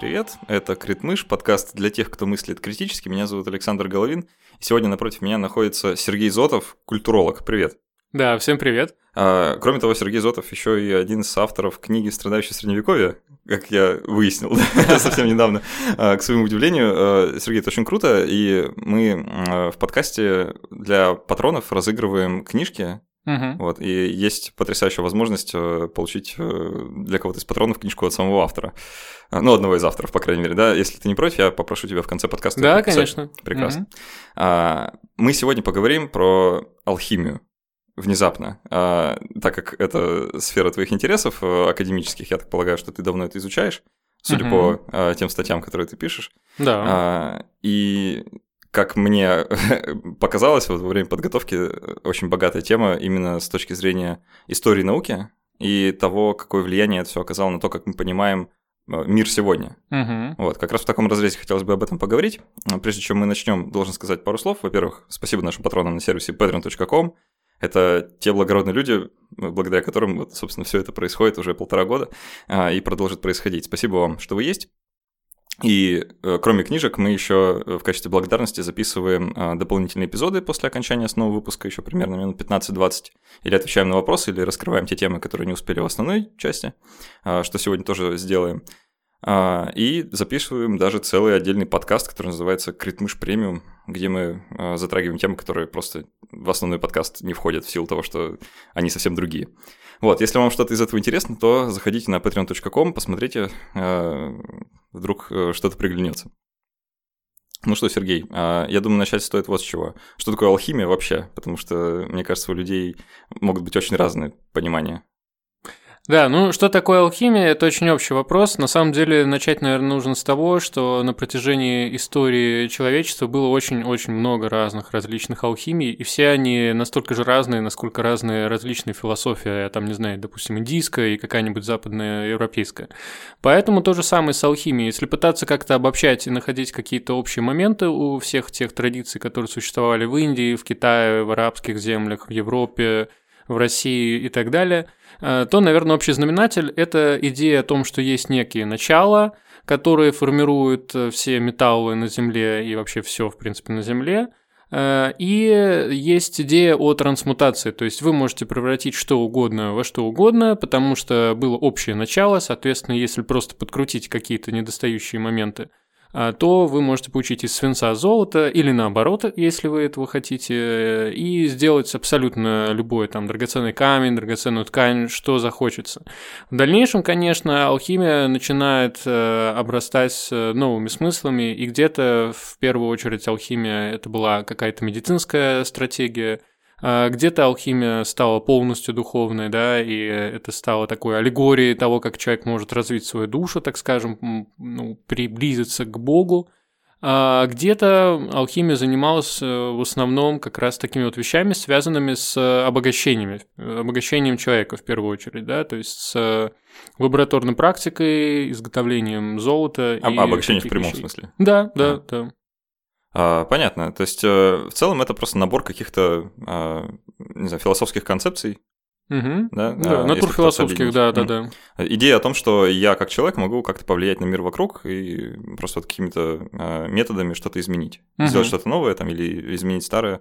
привет! Это Критмыш, подкаст для тех, кто мыслит критически. Меня зовут Александр Головин. И сегодня напротив меня находится Сергей Зотов, культуролог. Привет! Да, всем привет! Кроме того, Сергей Зотов еще и один из авторов книги «Страдающее средневековье», как я выяснил совсем недавно, к своему удивлению. Сергей, это очень круто, и мы в подкасте для патронов разыгрываем книжки. Вот, и есть потрясающая возможность получить для кого-то из патронов книжку от самого автора. Ну, одного из авторов, по крайней мере, да. Если ты не против, я попрошу тебя в конце подкаста написать. Конечно. Прекрасно. Мы сегодня поговорим про алхимию. Внезапно, так как это сфера твоих интересов академических, я так полагаю, что ты давно это изучаешь, судя по тем статьям, которые ты пишешь. Да. И как мне показалось, вот во время подготовки очень богатая тема именно с точки зрения истории науки и того, какое влияние это все оказало на то, как мы понимаем мир сегодня. Вот, как раз в таком разрезе хотелось бы об этом поговорить. Прежде чем мы начнем, должен сказать пару слов. Во-первых, спасибо нашим патронам на сервисе patreon.com. Это те благородные люди, благодаря которым, вот, собственно, все это происходит уже 1,5 года и продолжит происходить. Спасибо вам, что вы есть. И кроме книжек, мы еще в качестве благодарности записываем дополнительные эпизоды после окончания основного выпуска, еще примерно минут 15-20, или отвечаем на вопросы, или раскрываем те темы, которые не успели в основной части, что сегодня тоже сделаем. И записываем даже целый отдельный подкаст, который называется «Критмыш премиум», где мы затрагиваем темы, которые просто в основной подкаст не входят в силу того, что они совсем другие. Вот, если вам что-то из этого интересно, то заходите на patreon.com, посмотрите, вдруг что-то приглянется. Ну что, Сергей, я думаю, начать стоит вот с чего. Что такое алхимия вообще? Потому что, мне кажется, у людей могут быть очень разные понимания. Да, ну что такое алхимия, это очень общий вопрос. На самом деле начать, наверное, нужно с того, что на протяжении истории человечества было очень-очень много различных алхимий, и все они настолько же разные, насколько разные различные философии, там, не знаю, допустим, индийская и какая-нибудь западная европейская. Поэтому то же самое с алхимией. Если пытаться как-то обобщать и находить какие-то общие моменты у всех тех традиций, которые существовали в Индии, в Китае, в арабских землях, в Европе, в России и так далее, то, наверное, общий знаменатель – это идея о том, что есть некие начала, которые формируют все металлы на Земле и вообще все, в принципе, на Земле. И есть идея о трансмутации, то есть вы можете превратить что угодно во что угодно, потому что было общее начало, соответственно, если просто подкрутить какие-то недостающие моменты, то вы можете получить из свинца золото или наоборот, если вы этого хотите, и сделать абсолютно любой там драгоценный камень, драгоценную ткань, что захочется. В дальнейшем, конечно, алхимия начинает обрастать новыми смыслами, и где-то в первую очередь алхимия это была какая-то медицинская стратегия, где-то алхимия стала полностью духовной, да, и это стало такой аллегорией того, как человек может развить свою душу, так скажем, приблизиться к Богу. А где-то алхимия занималась в основном как раз такими вот вещами, связанными с обогащением человека в первую очередь, да, то есть с лабораторной практикой, изготовлением золота. Обогащение в прямом смысле? Да. Понятно. То есть, в целом, это просто набор каких-то, не знаю, философских концепций. Да, натурфилософских, да. Идея о том, что я как человек могу как-то повлиять на мир вокруг и просто вот какими-то методами что-то изменить. Сделать что-то новое там, или изменить старое.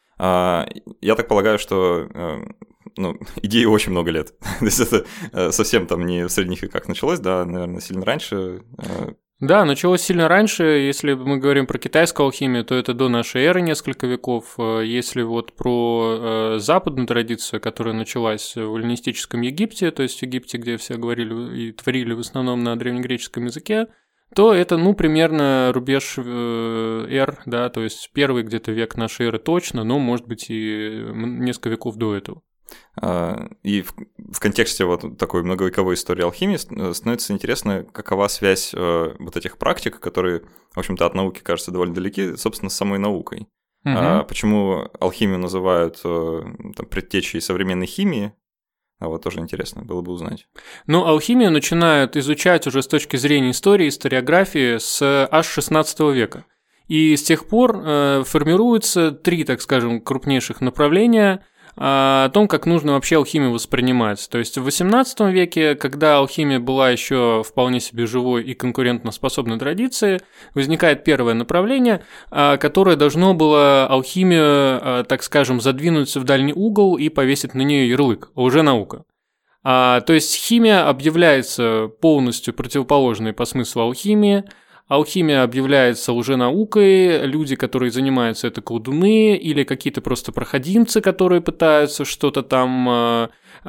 Я так полагаю, что идее очень много лет. То есть это совсем там не в средних веках началось, да, наверное, сильно раньше. Да, началось сильно раньше. Если мы говорим про китайскую алхимию, то это до нашей эры несколько веков. Если вот про западную традицию, которая началась в эллинистическом Египте, то есть в Египте, где все говорили и творили в основном на древнегреческом языке, то это, примерно рубеж эр, да, то есть первый где-то век нашей эры точно, но, может быть, и несколько веков до этого. И в контексте вот такой многовековой истории алхимии становится интересно, какова связь вот этих практик, которые, в общем-то, от науки кажутся довольно далеки, собственно, с самой наукой. Почему алхимию называют предтечей современной химии? Вот тоже интересно было бы узнать. Алхимию начинают изучать уже с точки зрения истории, историографии с аж 16 века. И с тех пор формируются 3, так скажем, крупнейших направления. о том, как нужно вообще алхимию воспринимать. То есть в XVIII веке, когда алхимия была еще вполне себе живой и конкурентоспособной традицией, возникает первое направление, которое должно было алхимию, так скажем, задвинуть в дальний угол и повесить на нее ярлык «лженаука». То есть химия объявляется полностью противоположной по смыслу алхимии, алхимия объявляется лженаукой, люди, которые занимаются, это колдуны или какие-то просто проходимцы, которые пытаются что-то там,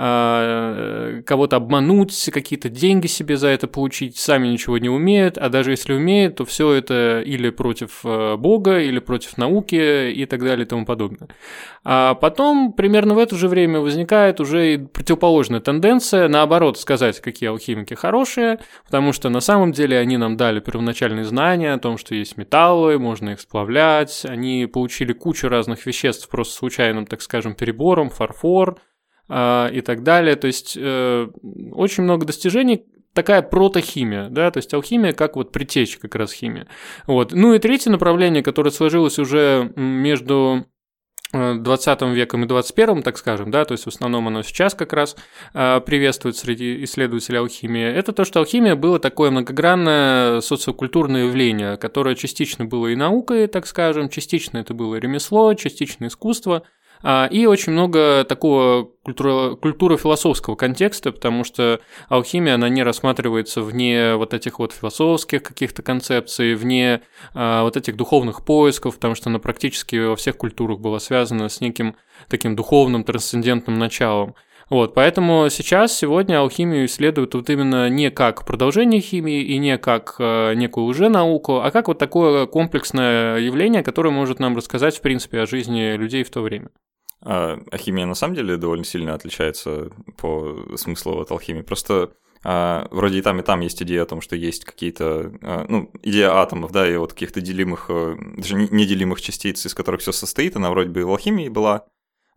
кого-то обмануть, какие-то деньги себе за это получить, сами ничего не умеют, а даже если умеют, то все это или против Бога, или против науки и так далее и тому подобное. А потом, примерно в это же время возникает уже и противоположная тенденция, наоборот, сказать, какие алхимики хорошие, потому что на самом деле они нам дали первоначальные знания о том, что есть металлы, можно их сплавлять, они получили кучу разных веществ просто случайным, так скажем, перебором, фарфор, и так далее. То есть очень много достижений, такая протохимия, да, то есть алхимия как вот предтеча как раз химия. Вот. Ну и третье направление, которое сложилось уже между 20 веком и 21, так скажем, да, то есть в основном оно сейчас как раз приветствует среди исследователей алхимии, это то, что алхимия было такое многогранное социокультурное явление, которое частично было и наукой, так скажем, частично это было ремесло, частично искусство, и очень много такого культуро-философского контекста, потому что алхимия, она не рассматривается вне вот этих вот философских каких-то концепций, вне вот этих духовных поисков, потому что она практически во всех культурах была связана с неким таким духовным, трансцендентным началом. Вот, поэтому сегодня алхимию исследуют вот именно не как продолжение химии и не как некую лженауку, а как вот такое комплексное явление, которое может нам рассказать, в принципе, о жизни людей в то время. А химия на самом деле довольно сильно отличается по смыслу от алхимии. Просто вроде и там есть идея о том, что есть какие-то, идея атомов, да, и вот каких-то делимых, даже неделимых частиц, из которых все состоит, она вроде бы в алхимии была,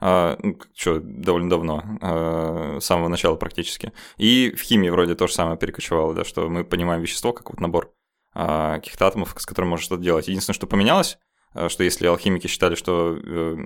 довольно давно, с самого начала практически. И в химии вроде то же самое перекочевало, да, что мы понимаем вещество как вот набор каких-то атомов, с которыми можно что-то делать. Единственное, что поменялось, что если алхимики считали, что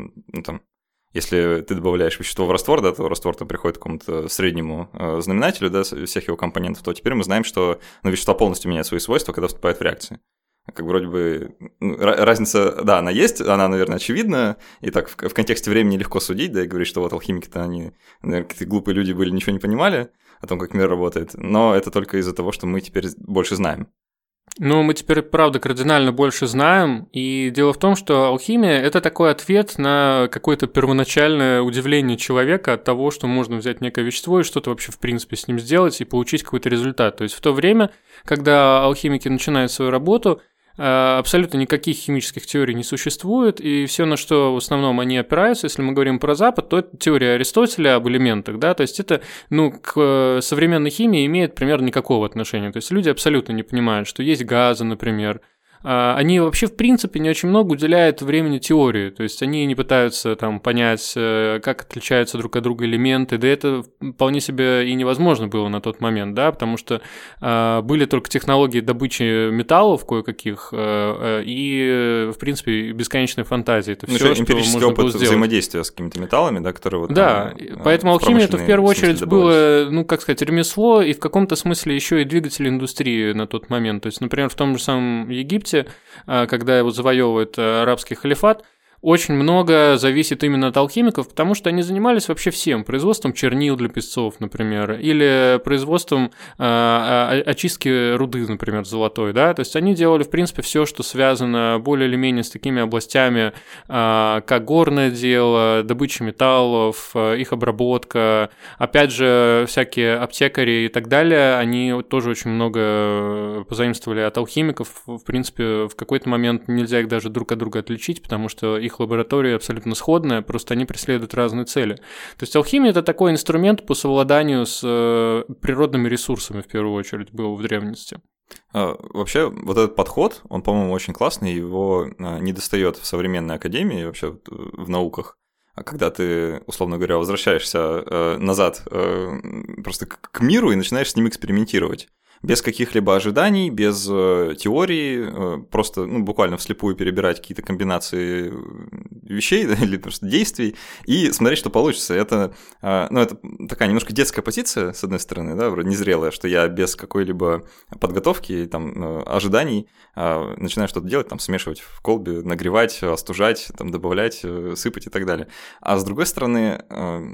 если ты добавляешь вещество в раствор, да, то раствор там приходит к какому-то среднему знаменателю, да, всех его компонентов, то теперь мы знаем, что вещество полностью меняет свои свойства, когда вступает в реакции. Как вроде бы разница, да, она есть, она, наверное, очевидна, и так в контексте времени легко судить, да, и говорить, что вот алхимики-то они, наверное, какие-то глупые люди были, ничего не понимали о том, как мир работает, но это только из-за того, что мы теперь больше знаем. Ну, мы теперь, правда, кардинально больше знаем, и дело в том, что алхимия – это такой ответ на какое-то первоначальное удивление человека от того, что можно взять некое вещество и что-то вообще, в принципе, с ним сделать и получить какой-то результат. То есть в то время, когда алхимики начинают свою работу, абсолютно никаких химических теорий не существует, и все, на что в основном они опираются, если мы говорим про Запад, то это теория Аристотеля об элементах, да, то есть это, к современной химии имеет примерно никакого отношения, то есть люди абсолютно не понимают, что есть газы, например, они вообще, в принципе, не очень много уделяют времени теории, то есть они не пытаются там понять, как отличаются друг от друга элементы, да это вполне себе и невозможно было на тот момент, да, потому что были только технологии добычи металлов кое-каких и, в принципе, бесконечной фантазии. Это все, что можно было сделать. Взаимодействия с какими-то металлами, да, которые вот... Да, поэтому алхимия это в первую очередь было, ремесло и в каком-то смысле еще и двигатель индустрии на тот момент. То есть, например, в том же самом Египте, когда его завоевывает арабский халифат, очень много зависит именно от алхимиков, потому что они занимались вообще всем. Производством чернил для песцов, например, или производством очистки руды, например, золотой, да, то есть они делали, в принципе, все, что связано более или менее с такими областями, как горное дело, добыча металлов, их обработка, опять же, всякие аптекари и так далее, они тоже очень много позаимствовали от алхимиков, в принципе, в какой-то момент нельзя их даже друг от друга отличить, потому что их лаборатория абсолютно сходная, просто они преследуют разные цели. То есть алхимия – это такой инструмент по совладанию с природными ресурсами, в первую очередь, был в древности. Вообще, вот этот подход, он, по-моему, очень классный, его не достает в современной академии, вообще в науках. А когда ты, условно говоря, возвращаешься назад просто к миру и начинаешь с ним экспериментировать. без каких-либо ожиданий, без теории, просто буквально вслепую перебирать какие-то комбинации вещей или просто действий и смотреть, что получится. Это, это такая немножко детская позиция, с одной стороны, да, вроде незрелая, что я без какой-либо подготовки, там, ожиданий начинаю что-то делать, там, смешивать в колбе, нагревать, остужать, там, добавлять, сыпать и так далее. А с другой стороны,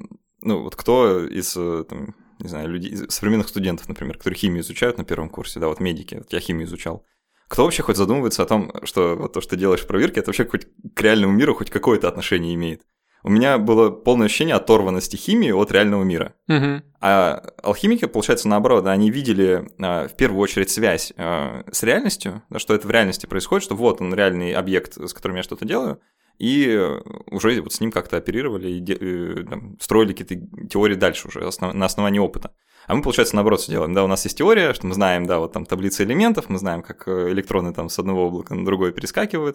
вот кто из, там, не знаю, людей, современных студентов, например, которые химию изучают на первом курсе, да, вот медики, вот я химию изучал, кто вообще хоть задумывается о том, что вот то, что ты делаешь в проверке, это вообще хоть к реальному миру хоть какое-то отношение имеет? У меня было полное ощущение оторванности химии от реального мира. Угу. А алхимики, получается, наоборот, да, они видели в первую очередь связь с реальностью, да, что это в реальности происходит, что вот он реальный объект, с которым я что-то делаю, и уже вот с ним как-то оперировали и там, строили какие-то теории дальше уже на основании опыта. А мы, получается, наоборот все делаем. Да, у нас есть теория, что мы знаем, да, вот там таблица элементов, мы знаем, как электроны там с одного облака на другое перескакивают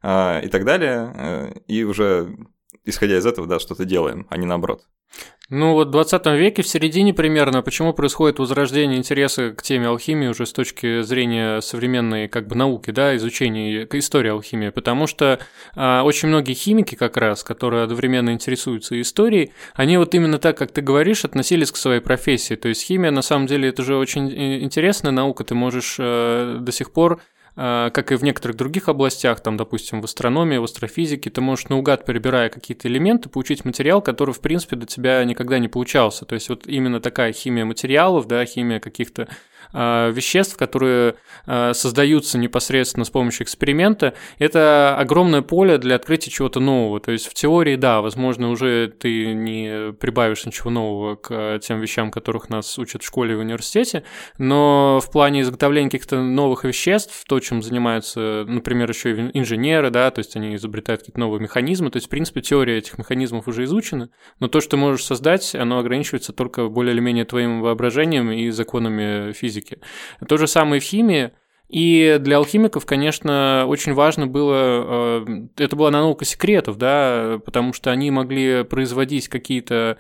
и так далее, и уже исходя из этого, да, что-то делаем, а не наоборот. Ну вот в 20 веке, в середине примерно, почему происходит возрождение интереса к теме алхимии уже с точки зрения современной как бы науки, да, изучения истории алхимии, потому что очень многие химики как раз, которые одновременно интересуются историей, они вот именно так, как ты говоришь, относились к своей профессии, то есть химия на самом деле это же очень интересная наука, ты можешь до сих пор как и в некоторых других областях, там, допустим, в астрономии, в астрофизике, ты можешь наугад, перебирая какие-то элементы, получить материал, который, в принципе, до тебя никогда не получался. То есть вот именно такая химия материалов, да, химия каких-то веществ, которые создаются непосредственно с помощью эксперимента, это огромное поле для открытия чего-то нового. То есть в теории, да, возможно, уже ты не прибавишь ничего нового к тем вещам, которых нас учат в школе и в университете, но в плане изготовления каких-то новых веществ, то, чем занимаются, например, еще и инженеры, да, то есть они изобретают какие-то новые механизмы, то есть, в принципе, теория этих механизмов уже изучена, но то, что ты можешь создать, оно ограничивается только более или менее твоим воображением и законами физики. То же самое в химии. И для алхимиков, конечно, очень важно было, это была наука секретов, да, потому что они могли производить какие-то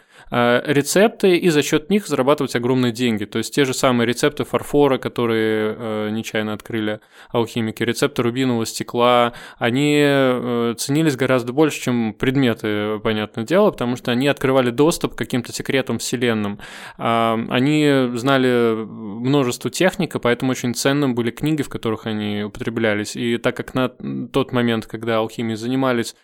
рецепты и за счет них зарабатывать огромные деньги. То есть те же самые рецепты фарфора, которые нечаянно открыли алхимики, рецепты рубинового стекла, они ценились гораздо больше, чем предметы, понятное дело, потому что они открывали доступ к каким-то секретам вселенным. Они знали множество техник, поэтому очень ценным были книги, в которых они употреблялись. И так как на тот момент, когда алхимией занимались,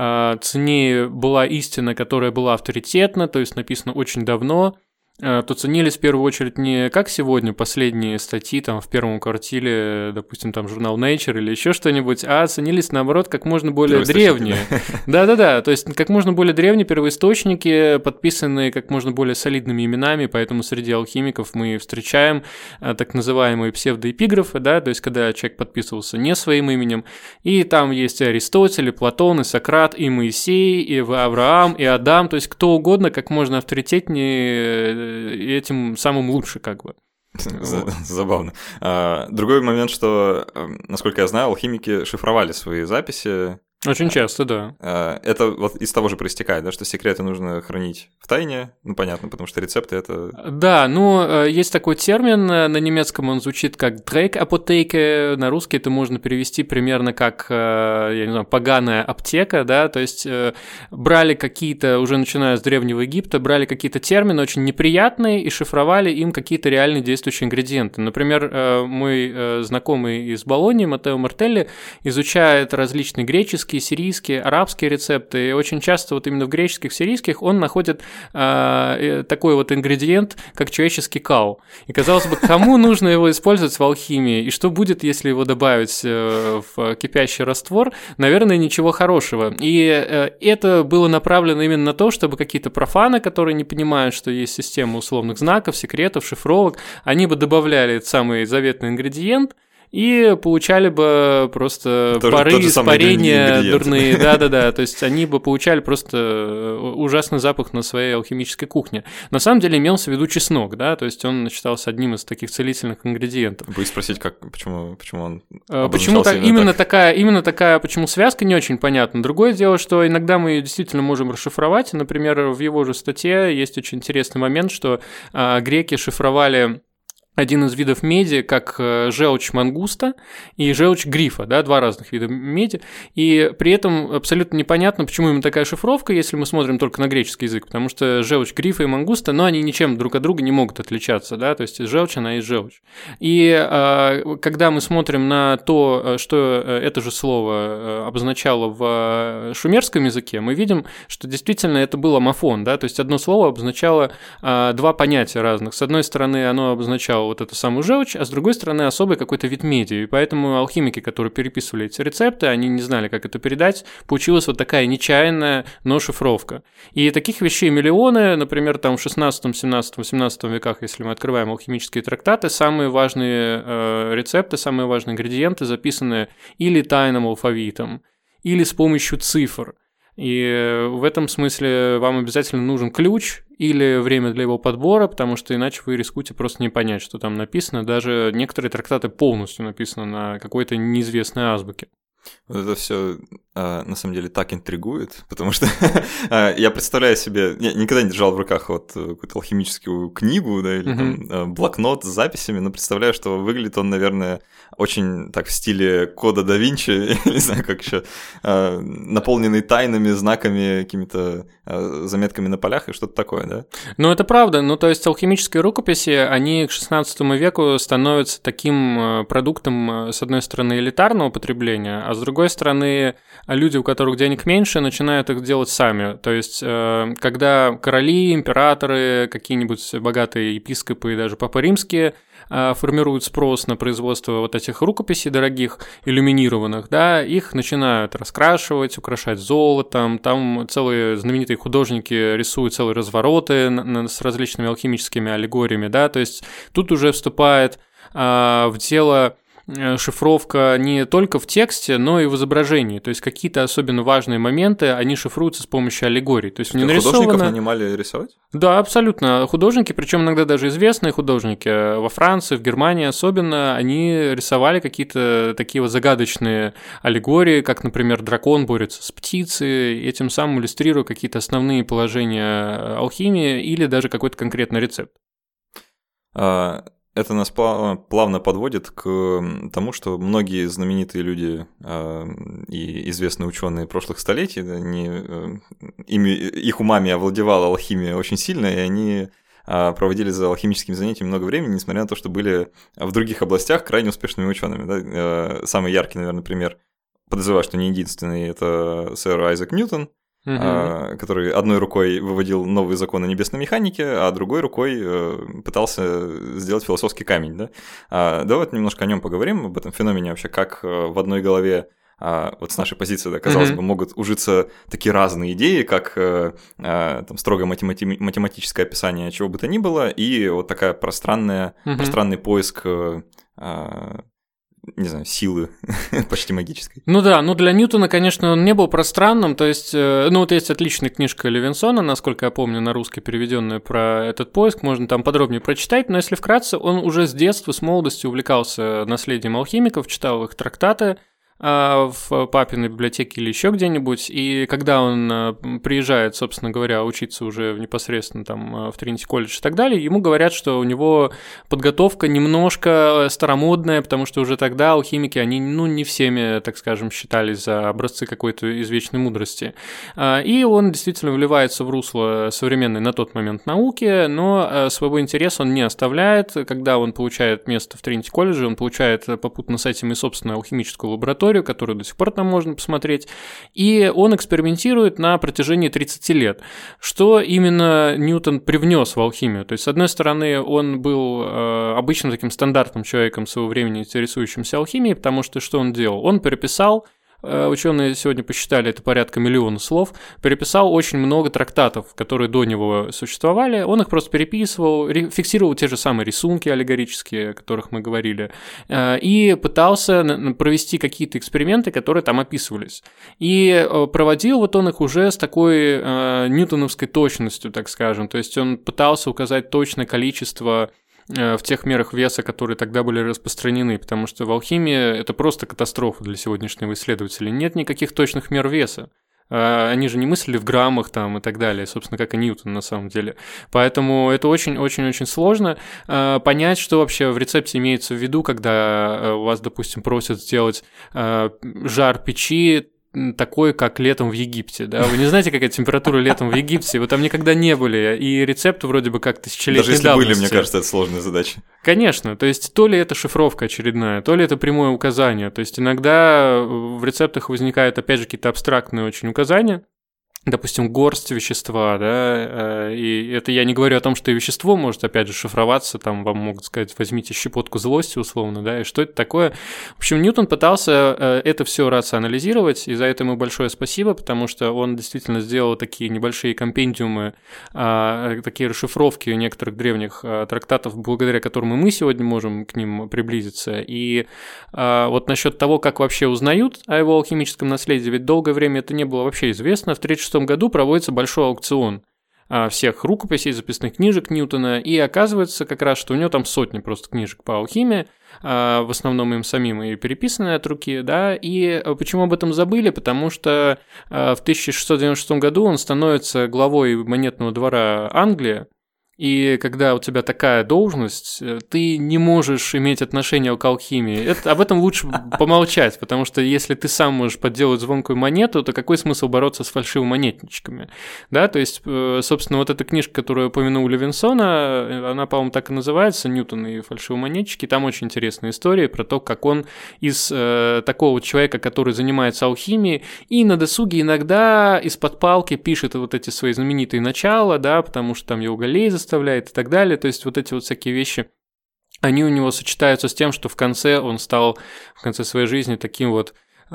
ценнее была истина, которая была авторитетна, то есть написана очень давно, то ценились в первую очередь не как сегодня последние статьи там в первом квартале, допустим, там журнал Nature или еще что-нибудь, а ценились наоборот как можно более древние. Да-да-да, то есть как можно более древние первоисточники, подписанные как можно более солидными именами, поэтому среди алхимиков мы встречаем так называемые псевдоэпиграфы, да, то есть когда человек подписывался не своим именем, и там есть и Аристотель, и Платон, и Сократ, и Моисей, и Авраам, и Адам, то есть кто угодно, как можно авторитетнее и этим самым лучше, как бы. Забавно. Другой момент, что, насколько я знаю, алхимики шифровали свои записи. Очень часто, да. Это вот из того же проистекает, да, что секреты нужно хранить в тайне, ну, понятно, потому что рецепты это... Да, ну, есть такой термин, на немецком он звучит как Dreck-Apotheke, на русский это можно перевести примерно как, я не знаю, поганая аптека, да, то есть брали какие-то, уже начиная с Древнего Египта, брали какие-то термины очень неприятные и шифровали им какие-то реальные действующие ингредиенты. Например, мой знакомый из Болоньи, Маттео Мартелли, изучает различные греческие, сирийские, арабские рецепты, и очень часто вот именно в греческих, сирийских он находит такой вот ингредиент, как человеческий кал. И, казалось бы, кому нужно его использовать в алхимии, и что будет, если его добавить в кипящий раствор? Наверное, ничего хорошего. И это было направлено именно на то, чтобы какие-то профаны, которые не понимают, что есть система условных знаков, секретов, шифровок, они бы добавляли этот самый заветный ингредиент, и получали бы просто пары, испарения дурные, да-да-да, то есть они бы получали просто ужасный запах на своей алхимической кухне. На самом деле имелся в виду чеснок, да, то есть он считался одним из таких целительных ингредиентов. Будет спросить, почему он почему так, именно такая, почему связка не очень понятна. Другое дело, что иногда мы ее действительно можем расшифровать, например, в его же статье есть очень интересный момент, что греки шифровали один из видов меди, как желчь мангуста и желчь грифа, да, два разных вида меди, и при этом абсолютно непонятно, почему именно такая шифровка, если мы смотрим только на греческий язык, потому что желчь грифа и мангуста, но они ничем друг от друга не могут отличаться, да, то есть желчь, она есть желчь. И когда мы смотрим на то, что это же слово обозначало в шумерском языке, мы видим, что действительно это был омофон, да, то есть одно слово обозначало два понятия разных. С одной стороны, оно обозначало вот эту самую желчь, а с другой стороны особый какой-то вид меди. И поэтому алхимики, которые переписывали эти рецепты, они не знали, как это передать. Получилась вот такая нечаянная, но шифровка. И таких вещей миллионы, например, там в 16, 17, 18 веках, если мы открываем алхимические трактаты, самые важные рецепты, самые важные ингредиенты записаны или тайным алфавитом, или с помощью цифр. И в этом смысле вам обязательно нужен ключ или время для его подбора, потому что иначе вы рискуете просто не понять, что там написано. Даже некоторые трактаты полностью написаны на какой-то неизвестной азбуке. Вот это все на самом деле так интригует, потому что я представляю себе, я никогда не держал в руках вот какую-то алхимическую книгу, да, или там блокнот с записями, но представляю, что выглядит он, наверное, очень так в стиле кода да Винчи, не знаю, как еще, наполненный тайнами, знаками, какими-то заметками на полях и что-то такое, да? Ну, это правда. Ну, то есть алхимические рукописи, они к 16 веку становятся таким продуктом, с одной стороны, элитарного потребления, а с другой стороны, люди, у которых денег меньше, начинают их делать сами. То есть, когда короли, императоры, какие-нибудь богатые епископы и даже папы римские формируют спрос на производство вот этих рукописей дорогих, иллюминированных, да, их начинают раскрашивать, украшать золотом, там целые знаменитые художники рисуют целые развороты с различными алхимическими аллегориями, да, то есть тут уже вступает в дело шифровка не только в тексте, но и в изображении. То есть какие-то особенно важные моменты, они шифруются с помощью аллегорий. То есть не нарисовано... Художников нанимали рисовать? Да, абсолютно. Художники, причем иногда даже известные художники во Франции, в Германии особенно, они рисовали какие-то такие вот загадочные аллегории, как, например, дракон борется с птицей, и этим самым иллюстрируя какие-то основные положения алхимии или даже какой-то конкретный рецепт. Это нас плавно подводит к тому, что многие знаменитые люди и известные ученые прошлых столетий, их умами овладевала алхимия очень сильно, и они проводили за алхимическими занятиями много времени, несмотря на то, что были в других областях крайне успешными учеными. Да? Самый яркий, наверное, пример, подозреваю, что не единственный, это сэр Айзек Ньютон, который одной рукой выводил новые законы небесной механики, а другой рукой пытался сделать философский камень. Да? Давай немножко о нем поговорим, об этом феномене вообще, как в одной голове вот с нашей позиции, да, казалось бы, могут ужиться такие разные идеи, как там, строго математическое описание чего бы то ни было, и вот такая пространный поиск не знаю, силы почти магической. Ну да, ну для Ньютона, конечно, он не был пространным, то есть, ну вот есть отличная книжка Левинсона, насколько я помню, на русский переведенная про этот поиск, можно там подробнее прочитать, но если вкратце, он уже с детства, с молодости увлекался наследием алхимиков, читал их трактаты в папиной библиотеке или еще где-нибудь, и когда он приезжает, собственно говоря, учиться уже непосредственно там в Тринити колледж и так далее, ему говорят, что у него подготовка немножко старомодная, потому что уже тогда алхимики, они, ну, не всеми, так скажем, считались за образцы какой-то извечной мудрости. И он действительно вливается в русло современной на тот момент науки, но своего интереса он не оставляет. Когда он получает место в Тринити колледже, он получает попутно с этим и собственную алхимическую лабораторию, которую до сих пор там можно посмотреть, и он экспериментирует на протяжении 30 лет. Что именно Ньютон привнес в алхимию? То есть, с одной стороны, он был обычным таким стандартным человеком своего времени, интересующимся алхимией, потому что что он делал? Он переписал, ученые сегодня посчитали, это порядка 1 миллиона слов, переписал очень много трактатов, которые до него существовали, он их просто переписывал, фиксировал те же самые рисунки аллегорические, о которых мы говорили, и пытался провести какие-то эксперименты, которые там описывались. И проводил вот он их уже с такой ньютоновской точностью, так скажем, то есть он пытался указать точное количество в тех мерах веса, которые тогда были распространены, потому что в алхимии это просто катастрофа для сегодняшнего исследователя. Нет никаких точных мер веса. Они же не мыслили в граммах там и так далее, собственно, как и Ньютон на самом деле. Поэтому это очень-очень-очень сложно понять, что вообще в рецепте имеется в виду, когда вас, допустим, просят сделать жар печи такой, как летом в Египте, да? Вы не знаете, какая температура летом в Египте? Вы там никогда не были, и рецепт вроде бы как тысячелетней давности. Даже если были, мне кажется, это сложная задача. Конечно, то есть то ли это шифровка очередная, то ли это прямое указание. То есть иногда в рецептах возникают, опять же, какие-то абстрактные очень указания, допустим, горсть вещества, да, и это я не говорю о том, что и вещество может, опять же, шифроваться, там вам могут сказать, возьмите щепотку злости, условно, да, и что это такое. В общем, Ньютон пытался это все рационализировать, и за это ему большое спасибо, потому что он действительно сделал такие небольшие компендиумы, такие расшифровки некоторых древних трактатов, благодаря которым и мы сегодня можем к ним приблизиться. И вот насчет того, как вообще узнают о его алхимическом наследии, ведь долгое время это не было вообще известно. В 1936 году проводится большой аукцион всех рукописей, записных книжек Ньютона, и оказывается как раз, что у него там сотни просто книжек по алхимии, в основном им самим и переписанные от руки, да, и почему об этом забыли? Потому что в 1696 году он становится главой монетного двора Англии, и когда у тебя такая должность, ты не можешь иметь отношения к алхимии. Об этом лучше помолчать, потому что если ты сам можешь подделать звонкую монету, то какой смысл бороться с фальшивомонетничками? Да, то есть, собственно, вот эта книжка, которую упомянул Левинсона, она, по-моему, так и называется, «Ньютон и фальшивомонетчики». Там очень интересная история про то, как он из такого человека, который занимается алхимией, и на досуге иногда из-под палки пишет вот эти свои знаменитые начала, да, потому что там его Галлей заставляет и так далее, то есть вот эти вот всякие вещи, они у него сочетаются с тем, что в конце он стал, в конце своей жизни таким вот,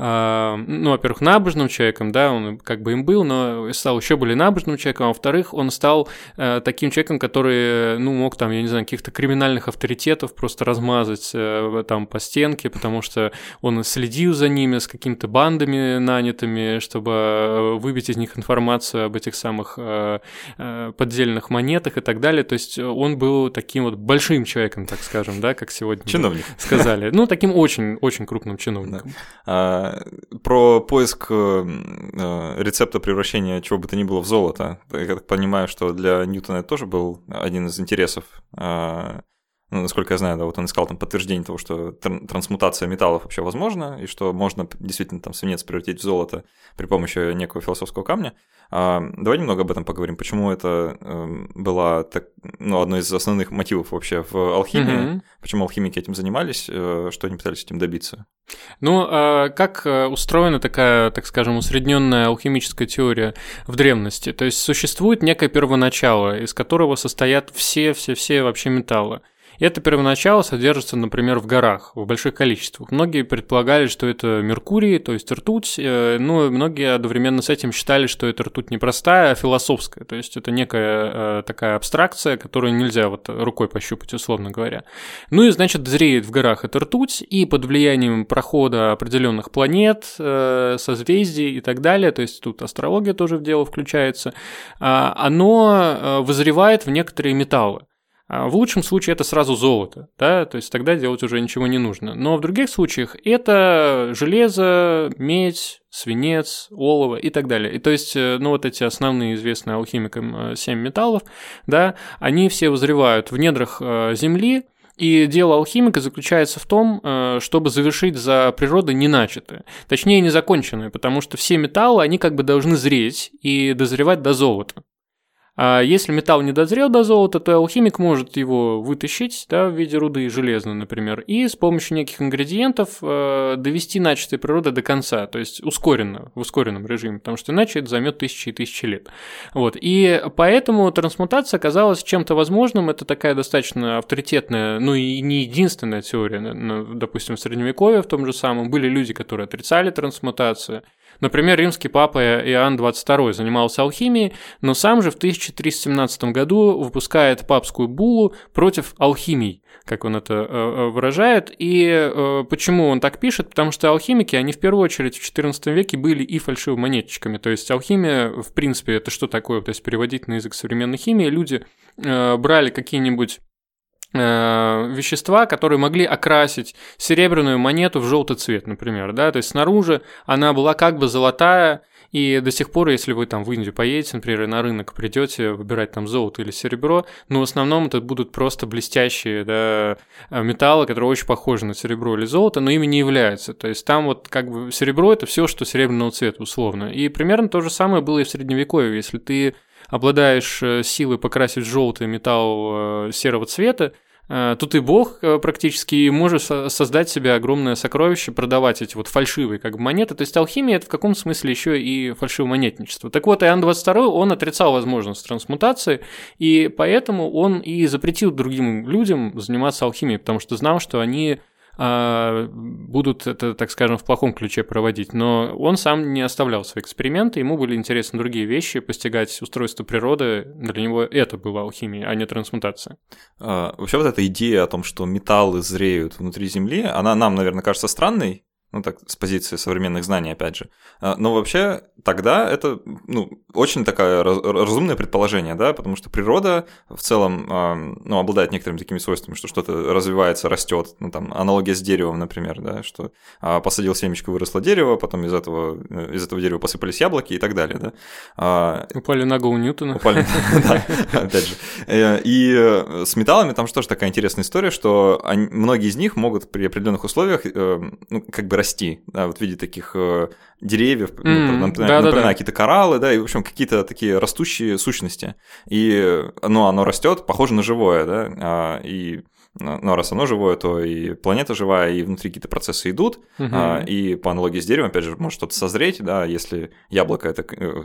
ну, во-первых, набожным человеком, да, он как бы им был, но стал еще более набожным человеком, а во-вторых, он стал таким человеком, который, ну, мог там, я не знаю, каких-то криминальных авторитетов просто размазать там по стенке, потому что он следил за ними с какими-то бандами нанятыми, чтобы выбить из них информацию об этих самых поддельных монетах и так далее, то есть он был таким вот большим человеком, так скажем, да, как сегодня чиновник сказали, ну, таким очень-очень крупным чиновником. Да. Про поиск рецепта превращения чего бы то ни было в золото. Я так понимаю, что для Ньютона это тоже был один из интересов. Ну, насколько я знаю, да, вот он искал там подтверждение того, что трансмутация металлов вообще возможна, и что можно действительно там свинец превратить в золото при помощи некого философского камня. Давай немного об этом поговорим, почему это было одно из основных мотивов вообще в алхимии, почему алхимики этим занимались, что они пытались этим добиться. Ну, как устроена такая, так скажем, усредненная алхимическая теория в древности? То есть существует некое первоначало, из которого состоят все вообще металлы. И это первоначало содержится, например, в горах в больших количествах. Многие предполагали, что это Меркурий, то есть ртуть, но многие одновременно с этим считали, что это ртуть не простая, а философская, то есть это некая такая абстракция, которую нельзя вот рукой пощупать, условно говоря. Ну и, значит, зреет в горах эта ртуть, и под влиянием прохода определенных планет, созвездий и так далее, то есть тут астрология тоже в дело включается, оно вызревает в некоторые металлы. В лучшем случае это сразу золото, да, то есть тогда делать уже ничего не нужно. Но в других случаях это железо, медь, свинец, олово и так далее. И то есть, ну, вот эти основные известные алхимикам 7 металлов, да, они все вызревают в недрах Земли, и дело алхимика заключается в том, чтобы завершить за природой неначатое, точнее незаконченное, потому что все металлы, они как бы должны зреть и дозревать до золота. А если металл не дозрел до золота, то алхимик может его вытащить, да, в виде руды железной, например, и с помощью неких ингредиентов довести начатое природой до конца, то есть ускоренно, в ускоренном режиме, потому что иначе это займет тысячи и тысячи лет. Вот. И поэтому трансмутация оказалась чем-то возможным, это такая достаточно авторитетная, ну и не единственная теория, допустим, в Средневековье в том же самом, были люди, которые отрицали трансмутацию. Например, римский папа Иоанн XXII занимался алхимией, но сам же в 1317 году выпускает папскую буллу против алхимий, как он это выражает. И почему он так пишет? Потому что алхимики, они в первую очередь в XIV веке были и фальшивомонетчиками. То есть алхимия, в принципе, это что такое? То есть переводить на язык современной химии, люди брали какие-нибудь вещества, которые могли окрасить серебряную монету в желтый цвет, например, да, то есть снаружи она была как бы золотая, и до сих пор, если вы там в Индию поедете, например, на рынок придете выбирать там золото или серебро, но в основном это будут просто блестящие, да, металлы, которые очень похожи на серебро или золото, но ими не являются. То есть там вот как бы серебро – это все, что серебряного цвета условно. И примерно то же самое было и в Средневековье. Если ты обладаешь силой покрасить в желтый металл серого цвета, то ты бог практически и можешь создать себе огромное сокровище, продавать эти вот фальшивые как бы монеты. То есть алхимия – это в каком смысле еще и фальшивомонетничество. Так вот, Иоанн XXII, он отрицал возможность трансмутации, и поэтому он и запретил другим людям заниматься алхимией, потому что знал, что они будут это, так скажем, в плохом ключе проводить. Но он сам не оставлял свои эксперименты, ему были интересны другие вещи, постигать устройство природы. Для него это была алхимия, а не трансмутация. Вообще вот эта идея о том, что металлы зреют внутри Земли, она нам, наверное, кажется странной, ну так, с позиции современных знаний, опять же. Но вообще тогда это, ну, очень такое разумное предположение, да, потому что природа в целом, ну, обладает некоторыми такими свойствами, что что-то развивается, растет, ну, там, аналогия с деревом, например, да, что посадил семечко, выросло дерево, потом из этого дерева посыпались яблоки и так далее, да. Упали на голову Ньютона. Упали, да, опять же. И с металлами там же тоже такая интересная история, что многие из них могут при определенных условиях, ну, как бы расти, да, вот в виде таких деревьев, например, какие-то кораллы, да, и, в общем, какие-то такие растущие сущности. И оно растет, похоже на живое, да, и ну, раз оно живое, то и планета живая, и внутри какие-то процессы идут, и по аналогии с деревом, опять же, может что-то созреть, да, если яблоко –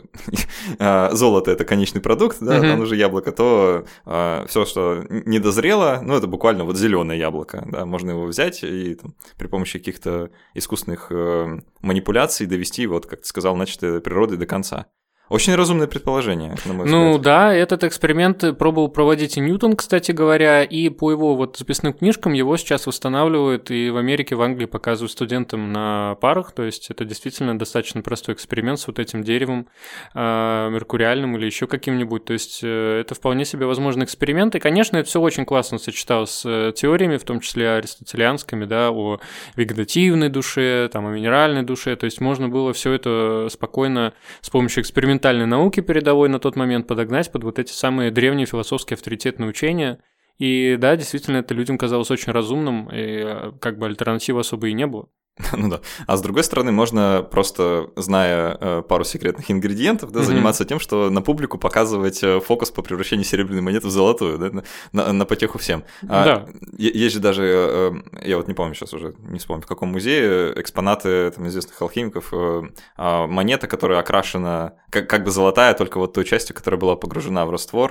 это золото – это конечный продукт, да, там уже яблоко, то все, что не дозрело, ну, это буквально вот зеленое яблоко, да, можно его взять и там, при помощи каких-то искусственных манипуляций довести, вот, как ты сказал, начатой природой до конца. Очень разумное предположение, на мой взгляд. Ну да, этот эксперимент пробовал проводить и Ньютон, кстати говоря, и по его вот записным книжкам его сейчас восстанавливают и в Америке, в Англии показывают студентам на парах, то есть это действительно достаточно простой эксперимент с вот этим деревом меркуриальным или еще каким-нибудь, то есть это вполне себе возможный эксперимент, и, конечно, это все очень классно сочеталось с теориями, в том числе аристотелианскими, да, о вегетативной душе, там, о минеральной душе, то есть можно было все это спокойно с помощью экспериментальной науки передовой на тот момент подогнать под вот эти самые древние философские авторитетные учения. И да, действительно, это людям казалось очень разумным, и как бы альтернативы особо и не было. Ну да. А с другой стороны, можно просто, зная пару секретных ингредиентов, да, заниматься тем, что на публику показывать фокус по превращению серебряной монеты в золотую, да, на потеху всем. Да. Есть же даже, я вот не помню сейчас уже, не вспомню, в каком музее, экспонаты там, известных алхимиков, монета, которая окрашена как бы золотая, только вот той частью, которая была погружена в раствор.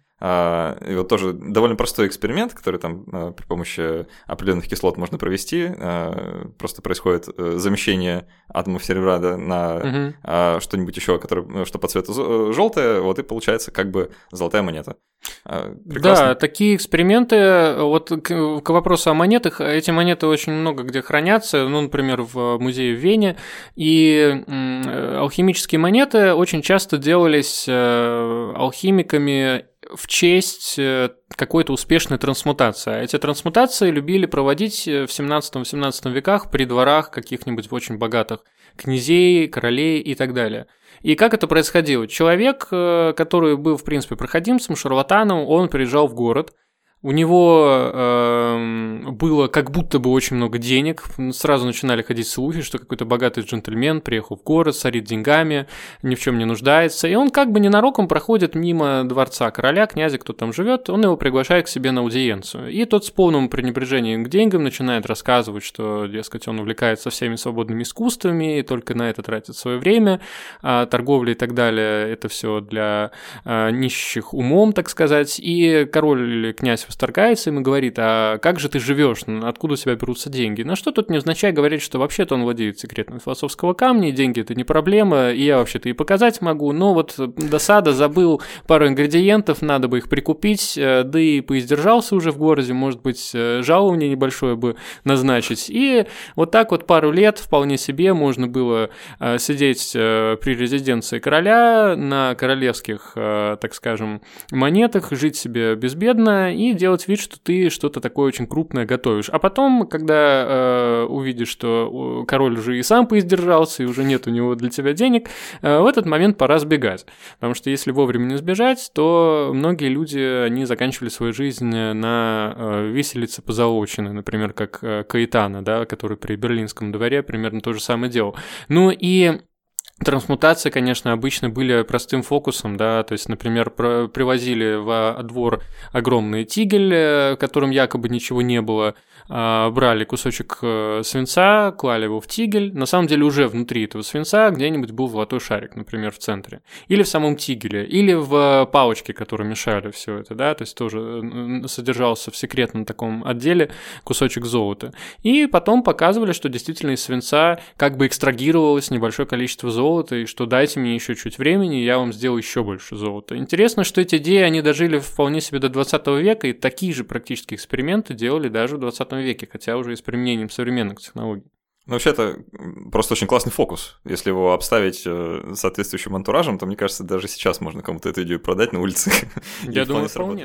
И вот тоже довольно простой эксперимент, который там при помощи определенных кислот можно провести. Просто происходит замещение атомов серебра, да, на что-нибудь еще, что по цвету желтое, вот и получается как бы золотая монета. Прекрасно. Да, такие эксперименты, вот к вопросу о монетах, эти монеты очень много где хранятся, ну, например, в музее в Вене, и алхимические монеты очень часто делались алхимиками в честь какой-то успешной трансмутации. Эти трансмутации любили проводить в 17-18 веках при дворах каких-нибудь очень богатых князей, королей и так далее. И как это происходило? Человек, который был, в принципе, проходимцем, шарлатаном, он приезжал в город, у него было как будто бы очень много денег, сразу начинали ходить слухи, что какой-то богатый джентльмен приехал в город, сорит деньгами, ни в чем не нуждается, и он как бы ненароком проходит мимо дворца короля, князя, кто там живет, он его приглашает к себе на аудиенцию, и тот с полным пренебрежением к деньгам начинает рассказывать, что, дескать, он увлекается всеми свободными искусствами, и только на это тратит свое время, а торговля и так далее, это все для нищих умом, так сказать, и король или князь восторгается им и говорит: а как же ты живешь, откуда у тебя берутся деньги? На что тот невзначай говорит, что вообще-то он владеет секретом философского камня, и деньги это не проблема, и я вообще-то и показать могу, но вот досада, забыл пару ингредиентов, надо бы их прикупить, да и поиздержался уже в городе, может быть, жалование небольшое бы назначить. И вот так вот пару лет вполне себе можно было сидеть при резиденции короля на королевских, так скажем, монетах, жить себе безбедно и делать вид, что ты что-то такое очень крупное готовишь. А потом, когда увидишь, что король уже и сам поиздержался, и уже нет у него для тебя денег, в этот момент пора сбегать. Потому что если вовремя не сбежать, то многие люди, они заканчивали свою жизнь на виселице позолоченной, например, как Каэтана, да, который при Берлинском дворе примерно то же самое делал. Ну и трансмутации, конечно, обычно были простым фокусом, да, то есть, например, привозили во двор огромный тигель, в котором якобы ничего не было, брали кусочек свинца, клали его в тигель, на самом деле уже внутри этого свинца где-нибудь был золотой шарик, например, в центре, или в самом тигеле, или в палочке, которые мешали все это, да, то есть тоже содержался в секретном таком отделе кусочек золота, и потом показывали, что действительно из свинца как бы экстрагировалось небольшое количество золота, и что дайте мне еще чуть времени, я вам сделаю еще больше золота. Интересно, что эти идеи, они дожили вполне себе до 20 века, и такие же практически эксперименты делали даже в 20 веке, хотя уже и с применением современных технологий. Ну, вообще, это просто очень классный фокус. Если его обставить соответствующим антуражем, то, мне кажется, даже сейчас можно кому-то эту идею продать на улице. Я думаю, вполне.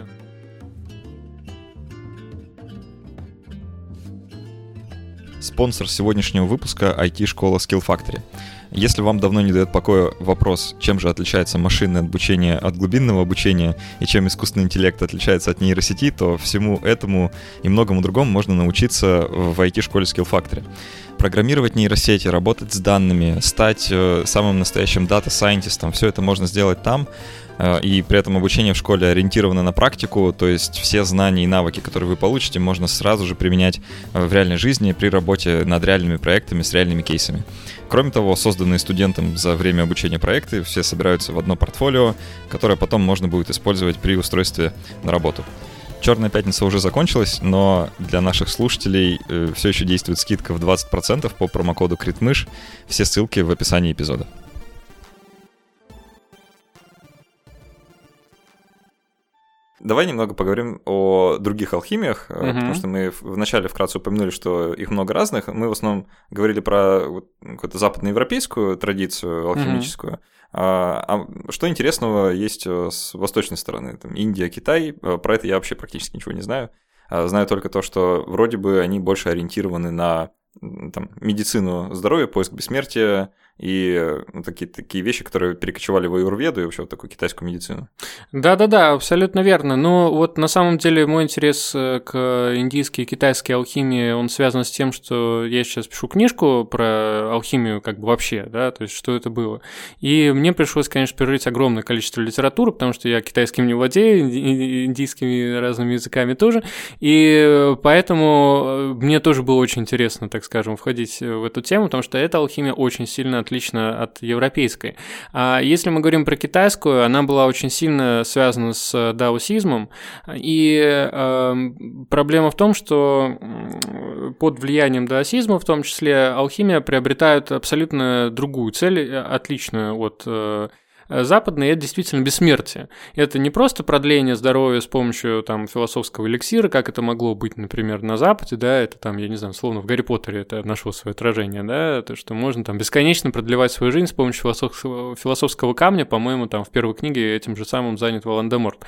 Спонсор сегодняшнего выпуска – IT-школа Skill Factory. Если вам давно не дает покоя вопрос, чем же отличается машинное обучение от глубинного обучения и чем искусственный интеллект отличается от нейросети, то всему этому и многому другому можно научиться в IT-школе Skill Factory. Программировать нейросети, работать с данными, стать самым настоящим дата-сайентистом – все это можно сделать там. И при этом обучение в школе ориентировано на практику, то есть все знания и навыки, которые вы получите, можно сразу же применять в реальной жизни при работе над реальными проектами с реальными кейсами. Кроме того, созданные студентам за время обучения проекты все собираются в одно портфолио, которое потом можно будет использовать при устройстве на работу. Черная пятница уже закончилась, но для наших слушателей все еще действует скидка в 20% по промокоду CRITMYSH. Все ссылки в описании эпизода. Давай немного поговорим о других алхимиях, потому что мы вначале вкратце упомянули, что их много разных. Мы в основном говорили про какую-то западноевропейскую традицию алхимическую. А что интересного есть с восточной стороны? Там Индия, Китай. Про это я вообще практически ничего не знаю. Знаю только то, что вроде бы они больше ориентированы на там, медицину здоровья, поиск бессмертия и такие вещи, которые перекочевали в аюрведу и вообще вот такую китайскую медицину. Да-да-да, абсолютно верно. Но вот на самом деле мой интерес к индийской и китайской алхимии, он связан с тем, что я сейчас пишу книжку про алхимию как бы вообще, да, то есть что это было. И мне пришлось, конечно, перерыть огромное количество литературы, потому что я китайским не владею, индийскими разными языками тоже, и поэтому мне тоже было очень интересно, так скажем, входить в эту тему, потому что эта алхимия очень сильно отлична от европейской. А если мы говорим про китайскую, она была очень сильно связана с даосизмом, и проблема в том, что под влиянием даосизма, в том числе, алхимия приобретает абсолютно другую цель, отличную от западный – это действительно бессмертие. Это не просто продление здоровья с помощью там, философского эликсира, как это могло быть, например, на Западе, да, это там, я не знаю, словно в Гарри Поттере это нашло свое отражение, да, то, что можно там бесконечно продлевать свою жизнь с помощью философского камня, по-моему, там в первой книге этим же самым занят Волан-де-Морт.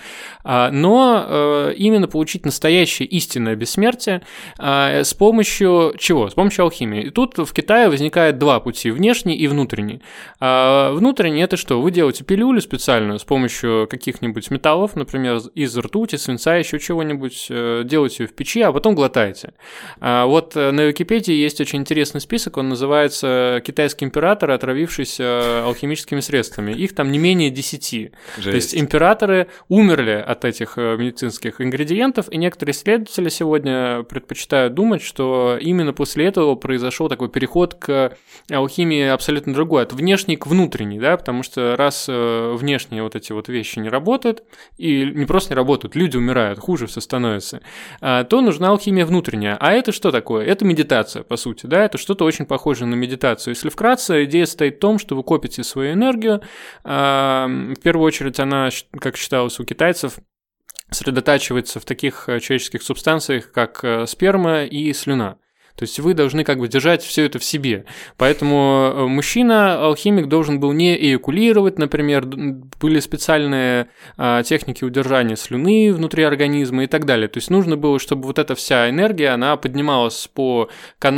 Но именно получить настоящее истинное бессмертие с помощью чего? С помощью алхимии. И тут в Китае возникает два пути – внешний и внутренний. Внутренний – это что? Вы делаете пилюлю специальную с помощью каких-нибудь металлов, например, из ртути, свинца, еще чего-нибудь, делаете ее в печи, а потом глотаете. Вот на Википедии есть очень интересный список, он называется «Китайские императоры, отравившиеся алхимическими средствами». Их там не менее 10. Жесть. То есть императоры умерли от этих медицинских ингредиентов, и некоторые исследователи сегодня предпочитают думать, что именно после этого произошел такой переход к алхимии абсолютно другой, от внешней к внутренней, да, потому что раз внешние вот эти вот вещи не работают, и не просто не работают, люди умирают, хуже все становится, то нужна алхимия внутренняя. А это что такое? Это медитация, по сути, да, это что-то очень похожее на медитацию. Если вкратце, идея стоит в том, что вы копите свою энергию, в первую очередь она, как считалось у китайцев, сосредотачивается в таких человеческих субстанциях, как сперма и слюна. То есть вы должны как бы держать все это в себе. Поэтому мужчина-алхимик должен был не эякулировать, например, были специальные техники удержания слюны внутри организма и так далее. То есть нужно было, чтобы вот эта вся энергия, она поднималась по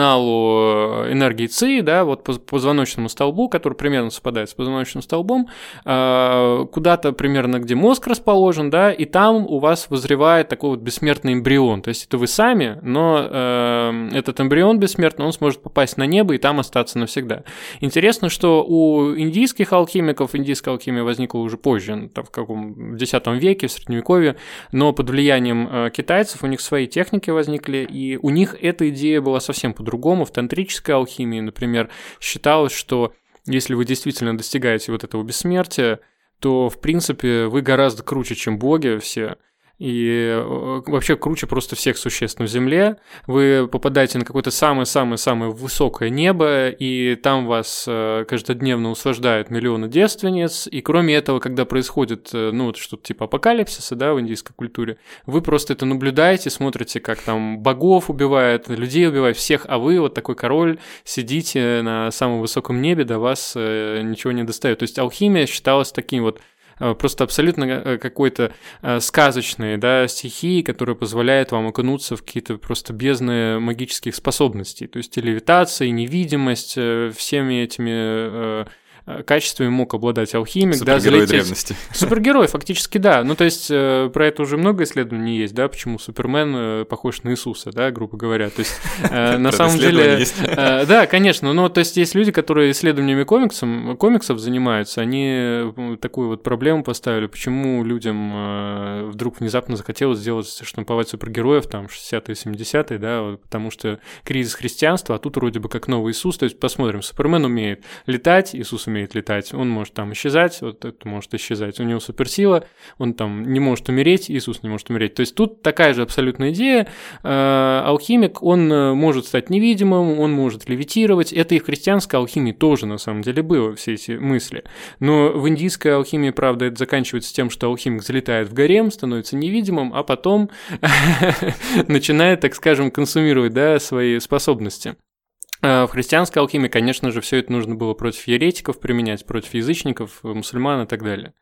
каналу энергии ЦИ, да, вот по позвоночному столбу, который примерно совпадает с позвоночным столбом, куда-то примерно, где мозг расположен, да, и там у вас вызревает такой вот бессмертный эмбрион. То есть это вы сами, но этот эмбрион бессмертный, он сможет попасть на небо и там остаться навсегда. Интересно, что у индийских алхимиков, индийская алхимия возникла уже позже, там, в X веке, в Средневековье, но под влиянием китайцев у них свои техники возникли, и у них эта идея была совсем по-другому. В тантрической алхимии, например, считалось, что если вы действительно достигаете вот этого бессмертия, то, в принципе, вы гораздо круче, чем боги все, и вообще круче просто всех существ на Земле. Вы попадаете на какое-то самое-самое-самое высокое небо, и там вас каждодневно услаждают миллионы девственниц, и кроме этого, когда происходит, ну, вот что-то типа апокалипсиса, да, в индийской культуре, вы просто это наблюдаете, смотрите, как там богов убивают, людей убивают, всех, а вы, вот такой король, сидите на самом высоком небе, до вас ничего не достает. То есть алхимия считалась таким вот просто абсолютно какой-то сказочной, да, стихией, которая позволяет вам окунуться в какие-то просто бездны магических способностей. То есть и левитация, и невидимость, всеми этими качествами мог обладать алхимик. Супергерой древности. Супергерой, фактически, да. Ну, то есть, про это уже много исследований есть, да, почему Супермен похож на Иисуса, да, грубо говоря. То есть, на самом деле... Да, конечно. Ну, то есть, есть люди, которые исследованиями комиксов занимаются, они такую вот проблему поставили, почему людям вдруг внезапно захотелось сделать, штамповать супергероев, там, 60-е, 70-е, да, потому что кризис христианства, а тут вроде бы как новый Иисус. То есть, посмотрим, Супермен умеет летать, Иисус умеет летать, он может там исчезать, вот это может исчезать, у него суперсила, он там не может умереть, Иисус не может умереть. То есть тут такая же абсолютная идея, алхимик, он может стать невидимым, он может левитировать, это и в христианской алхимии тоже на самом деле было, все эти мысли. Но в индийской алхимии, правда, это заканчивается тем, что алхимик залетает в гарем, становится невидимым, а потом начинает, так скажем, консумировать, да, свои способности. В христианской алхимии, конечно же, все это нужно было против еретиков применять, против язычников, мусульман и так далее.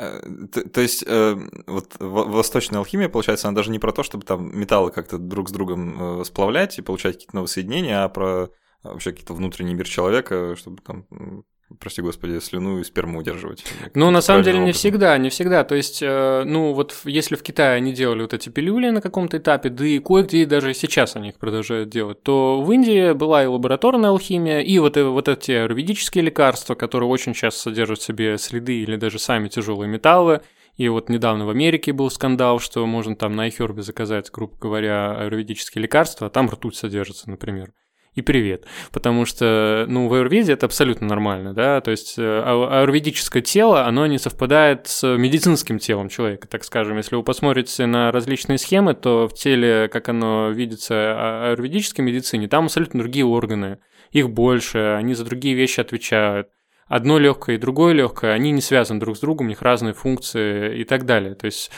То есть, вот восточная алхимия, получается, она даже не про то, чтобы там металлы как-то друг с другом сплавлять и получать какие-то новые соединения, а про вообще какие-то внутренний мир человека, чтобы там... Прости господи, слюну и сперму удерживать. Ну, на самом деле, не всегда. То есть, ну, вот если в Китае они делали вот эти пилюли на каком-то этапе, да и кое-где даже сейчас они их продолжают делать, то в Индии была и лабораторная алхимия, и вот эти аюрведические лекарства, которые очень часто содержат в себе следы или даже сами тяжелые металлы. И вот недавно в Америке был скандал, что можно там на iHerb заказать, грубо говоря, аюрведические лекарства, а там ртуть содержится, например. И привет. Потому что, ну, в аюрведе это абсолютно нормально, да, то есть аюрведическое тело, оно не совпадает с медицинским телом человека, так скажем. Если вы посмотрите на различные схемы, то в теле, как оно видится аюрведической медицине, там абсолютно другие органы, их больше, они за другие вещи отвечают. Одно легкое и другое легкое, они не связаны друг с другом, у них разные функции и так далее. То есть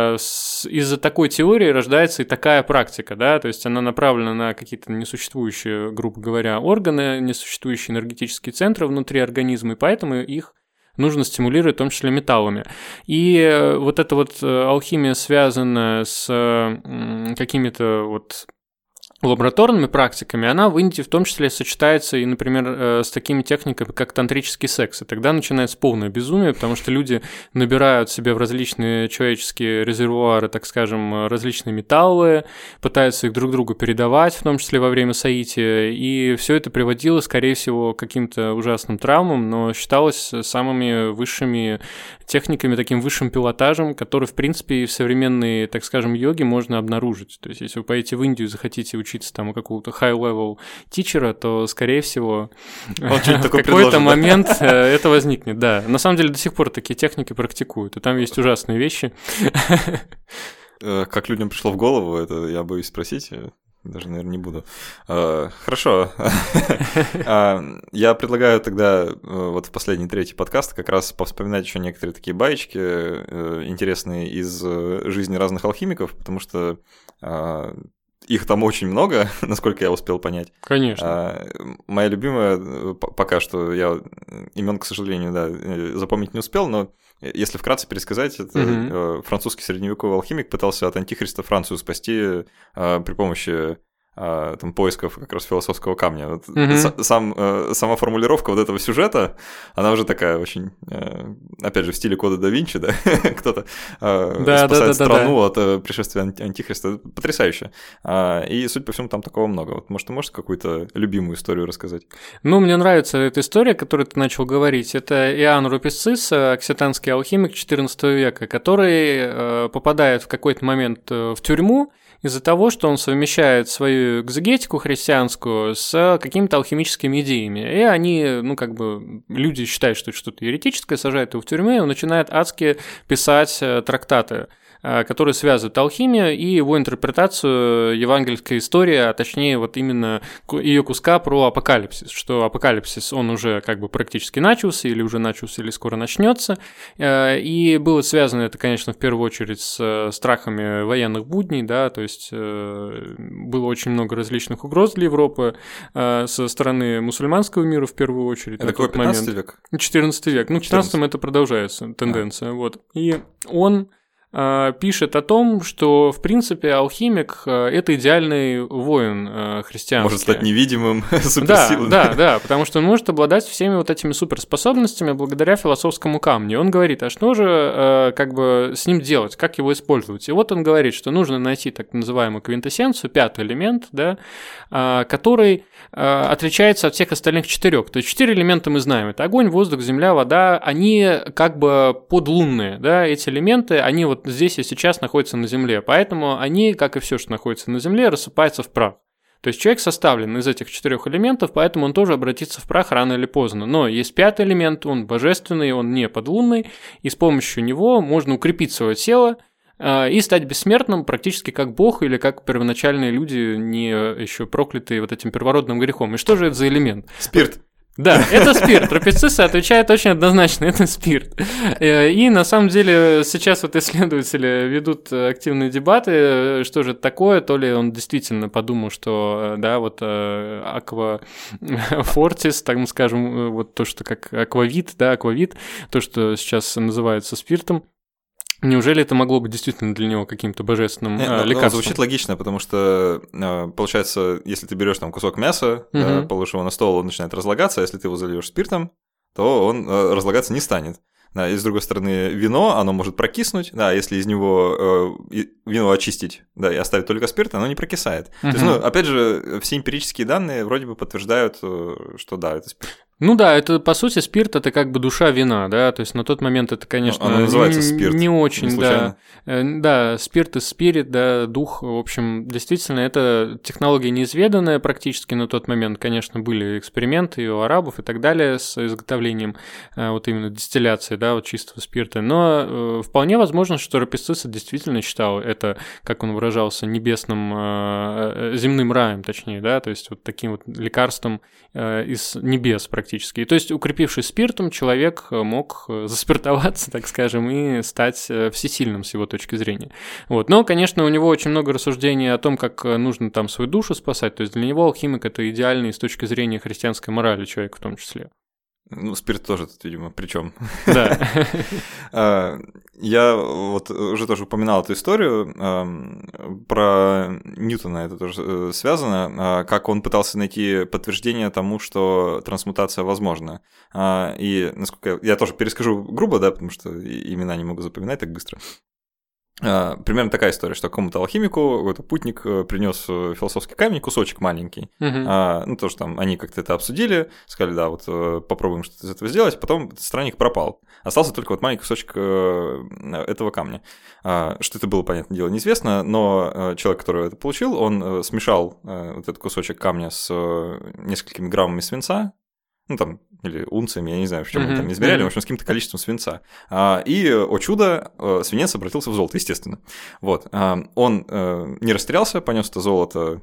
из-за такой теории рождается и такая практика, да, то есть она направлена на какие-то несуществующие, грубо говоря, органы, несуществующие энергетические центры внутри организма, и поэтому их нужно стимулировать, в том числе металлами. И вот эта вот алхимия связана с какими-то вот лабораторными практиками, она в Индии в том числе сочетается и, например, с такими техниками, как тантрический секс. И тогда начинается полное безумие, потому что люди набирают себе в различные человеческие резервуары, так скажем, различные металлы, пытаются их друг другу передавать, в том числе во время соития, и все это приводило, скорее всего, к каким-то ужасным травмам, но считалось самыми высшими техниками, таким высшим пилотажем, который, в принципе, в современной, так скажем, йоге можно обнаружить. То есть, если вы поедете в Индию и захотите учиться там у какого-то high-level тичера, то, скорее всего, в какой-то момент это возникнет. Да, на самом деле до сих пор такие техники практикуют, и там есть ужасные вещи. Как людям пришло в голову, это я боюсь спросить. Даже, наверное, не буду. Хорошо. Я предлагаю тогда вот в последней трети подкаста как раз повспоминать еще некоторые такие баечки интересные из жизни разных алхимиков, потому что их там очень много, насколько я успел понять. Конечно. Моя любимая, пока что я имен, к сожалению, да, запомнить не успел, но если вкратце пересказать, это французский средневековый алхимик пытался от антихриста Францию спасти при помощи там, поисков как раз философского камня. Вот сама формулировка вот этого сюжета, она уже такая очень, опять же, в стиле кода да Винчи, да, кто-то спасает страну от пришествия антихриста. Потрясающе. И, судя по всему, там такого много. Вот, может, ты можешь какую-то любимую историю рассказать? Ну, мне нравится эта история, которую ты начал говорить. Это Иоанн Рупесцис, окситанский алхимик XIV века, который попадает в какой-то момент в тюрьму из-за того, что он совмещает свою экзегетику христианскую с какими-то алхимическими идеями. И они, ну, как бы, люди считают, что это что-то еретическое, сажают его в тюрьму, и он начинает адски писать трактаты, которые связывают алхимию и его интерпретацию евангельской истории, а точнее вот именно ее куска про апокалипсис, что апокалипсис, он уже как бы практически начался, или уже начался, или скоро начнется, и было связано это, конечно, в первую очередь с страхами военных будней, да, то есть было очень много различных угроз для Европы со стороны мусульманского мира в первую очередь. Это какой, 15 век? 14 век. Ну, в 15 это продолжается тенденция, вот. И он пишет о том, что, в принципе, алхимик – это идеальный воин христианский. Может стать невидимым, суперсилой. Да, потому что он может обладать всеми вот этими суперспособностями благодаря философскому камню. Он говорит, а что же как бы с ним делать, как его использовать? И вот он говорит, что нужно найти так называемую квинтэссенцию, 5-й элемент, да, который отличается от всех остальных 4. То есть 4 элемента мы знаем. Это огонь, воздух, земля, вода. Они как бы подлунные, да, эти элементы, они вот здесь и сейчас находятся на Земле, поэтому они, как и все, что находится на Земле, рассыпаются в прах. То есть человек составлен из этих 4 элементов, поэтому он тоже обратится в прах рано или поздно. Но есть 5-й элемент, он божественный, он не подлунный, и с помощью него можно укрепить свое тело и стать бессмертным практически как Бог или как первоначальные люди, не еще проклятые вот этим первородным грехом. И что же это за элемент? Спирт. Да, это спирт. Рупесцис отвечает очень однозначно, это спирт. И на самом деле сейчас вот исследователи ведут активные дебаты, что же это такое, то ли он действительно подумал, что, да, вот аквафортис, так скажем, вот то, что как аквавит, да, аквавит, то, что сейчас называется спиртом. Неужели это могло быть действительно для него каким-то божественным лекарством? Звучит логично, потому что, получается, если ты берешь там кусок мяса, положишь его на стол, он начинает разлагаться, а если ты его зальешь спиртом, то он разлагаться не станет. Да, и с другой стороны, вино, оно может прокиснуть, да, если из него вино очистить, да, и оставить только спирт, оно не прокисает. То есть, ну, опять же, все эмпирические данные вроде бы подтверждают, что да, это спирт. Ну да, это по сути спирт, это как бы душа вина, да, то есть на тот момент это, конечно, оно называется спирт, не очень, не да, да, спирт и спирит, да, дух, в общем, действительно, это технология неизведанная практически на тот момент, конечно, были эксперименты и у арабов и так далее с изготовлением вот именно дистилляции, да, вот чистого спирта, но вполне возможно, что Рупесцис действительно считал это, как он выражался, небесным, земным раем, точнее, да, то есть вот таким вот лекарством из небес практически. То есть, укрепившись спиртом, человек мог заспиртоваться, так скажем, и стать всесильным с его точки зрения. Вот. Но, конечно, у него очень много рассуждений о том, как нужно там свою душу спасать. То есть, для него алхимик – это идеальный с точки зрения христианской морали человек в том числе. Ну, спирт тоже тут, видимо, причем. Да. Я вот уже тоже упоминал эту историю про Ньютона, это тоже связано, как он пытался найти подтверждение тому, что трансмутация возможна. И насколько я тоже перескажу грубо, да, потому что имена не могу запоминать так быстро. Примерно такая история, что какому-то алхимику какой-то путник принес философский камень, кусочек маленький. Ну, тоже там они как-то это обсудили, сказали, да, вот попробуем что-то из этого сделать, потом странник пропал. Остался только вот маленький кусочек этого камня. Что это было, понятное дело, неизвестно, но человек, который это получил, он смешал вот этот кусочек камня с несколькими граммами свинца, ну, там, или унциями, я не знаю, в чем они там измеряли, в общем, с каким-то количеством свинца. И, о чудо, свинец обратился в золото, естественно. Вот. Он не растерялся, понес это золото,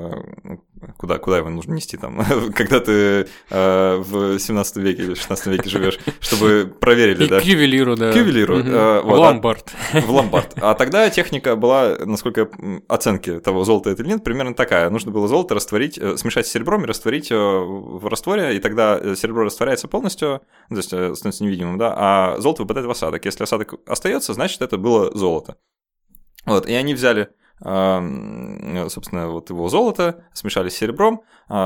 куда его нужно нести там, когда ты в 17 веке или 16 веке живешь, чтобы проверили, да? К ювелиру, да. К ювелиру. В ломбард. В ломбард. А тогда техника была, насколько оценки того, золото это или нет, примерно такая. Нужно было золото растворить, смешать с серебром и растворить в растворе, и тогда серебро растворяется полностью, то есть становится невидимым, да, а золото выпадает в осадок. Если осадок остается, значит, это было золото. Вот, и они взяли, собственно, вот его золото, смешали с серебром,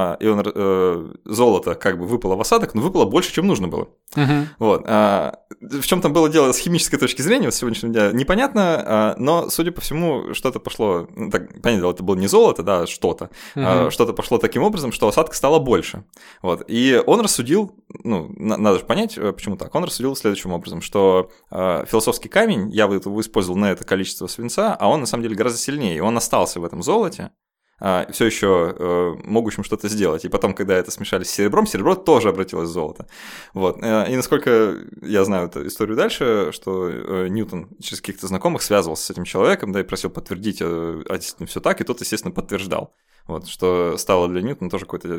и золото как бы выпало в осадок, но выпало больше, чем нужно было. Вот. В чем там было дело с химической точки зрения, с сегодняшнего дня, непонятно, но, судя по всему, что-то пошло, понятное дело, это было не золото, да, что-то, что-то пошло таким образом, что осадка стало больше. Вот. И он рассудил, надо же понять, почему так, он рассудил следующим образом, что философский камень, я его использовал на это количество свинца, а он на самом деле гораздо сильнее, и он остался в этом золоте, все еще могущим что-то сделать. И потом, когда это смешали с серебром, серебро тоже обратилось в золото. Вот. И насколько я знаю эту историю дальше, что Ньютон через каких-то знакомых связывался с этим человеком, да, и просил подтвердить, действительно все так, и тот, естественно, подтверждал. Вот, что стало для Ньютона тоже какой-то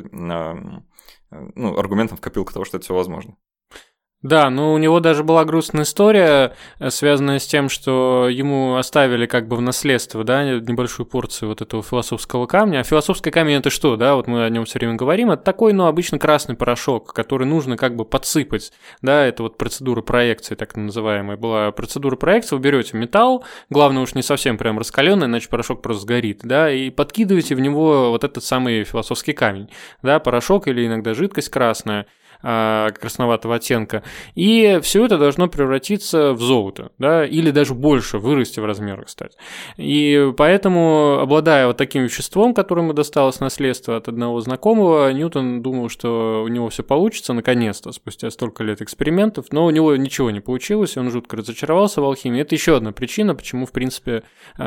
аргументом в копилку того, что это все возможно. Да, но у него даже была грустная история, связанная с тем, что ему оставили как бы в наследство, да, небольшую порцию вот этого философского камня. А философский камень — это что, да, вот мы о нем все время говорим, это такой, обычно красный порошок, который нужно как бы подсыпать, да, это вот процедура проекции, так называемая была процедура проекции, вы берете металл, главное уж не совсем прям раскаленный, иначе порошок просто сгорит, да, и подкидываете в него вот этот самый философский камень, да, порошок или иногда жидкость красная, красноватого оттенка, и все это должно превратиться в золото, да, или даже больше, вырасти в размерах, кстати. И поэтому, обладая вот таким веществом, которое ему досталось наследство от одного знакомого, Ньютон думал, что у него все получится, наконец-то, спустя столько лет экспериментов, но у него ничего не получилось, он жутко разочаровался в алхимии. Это еще одна причина, почему, в принципе,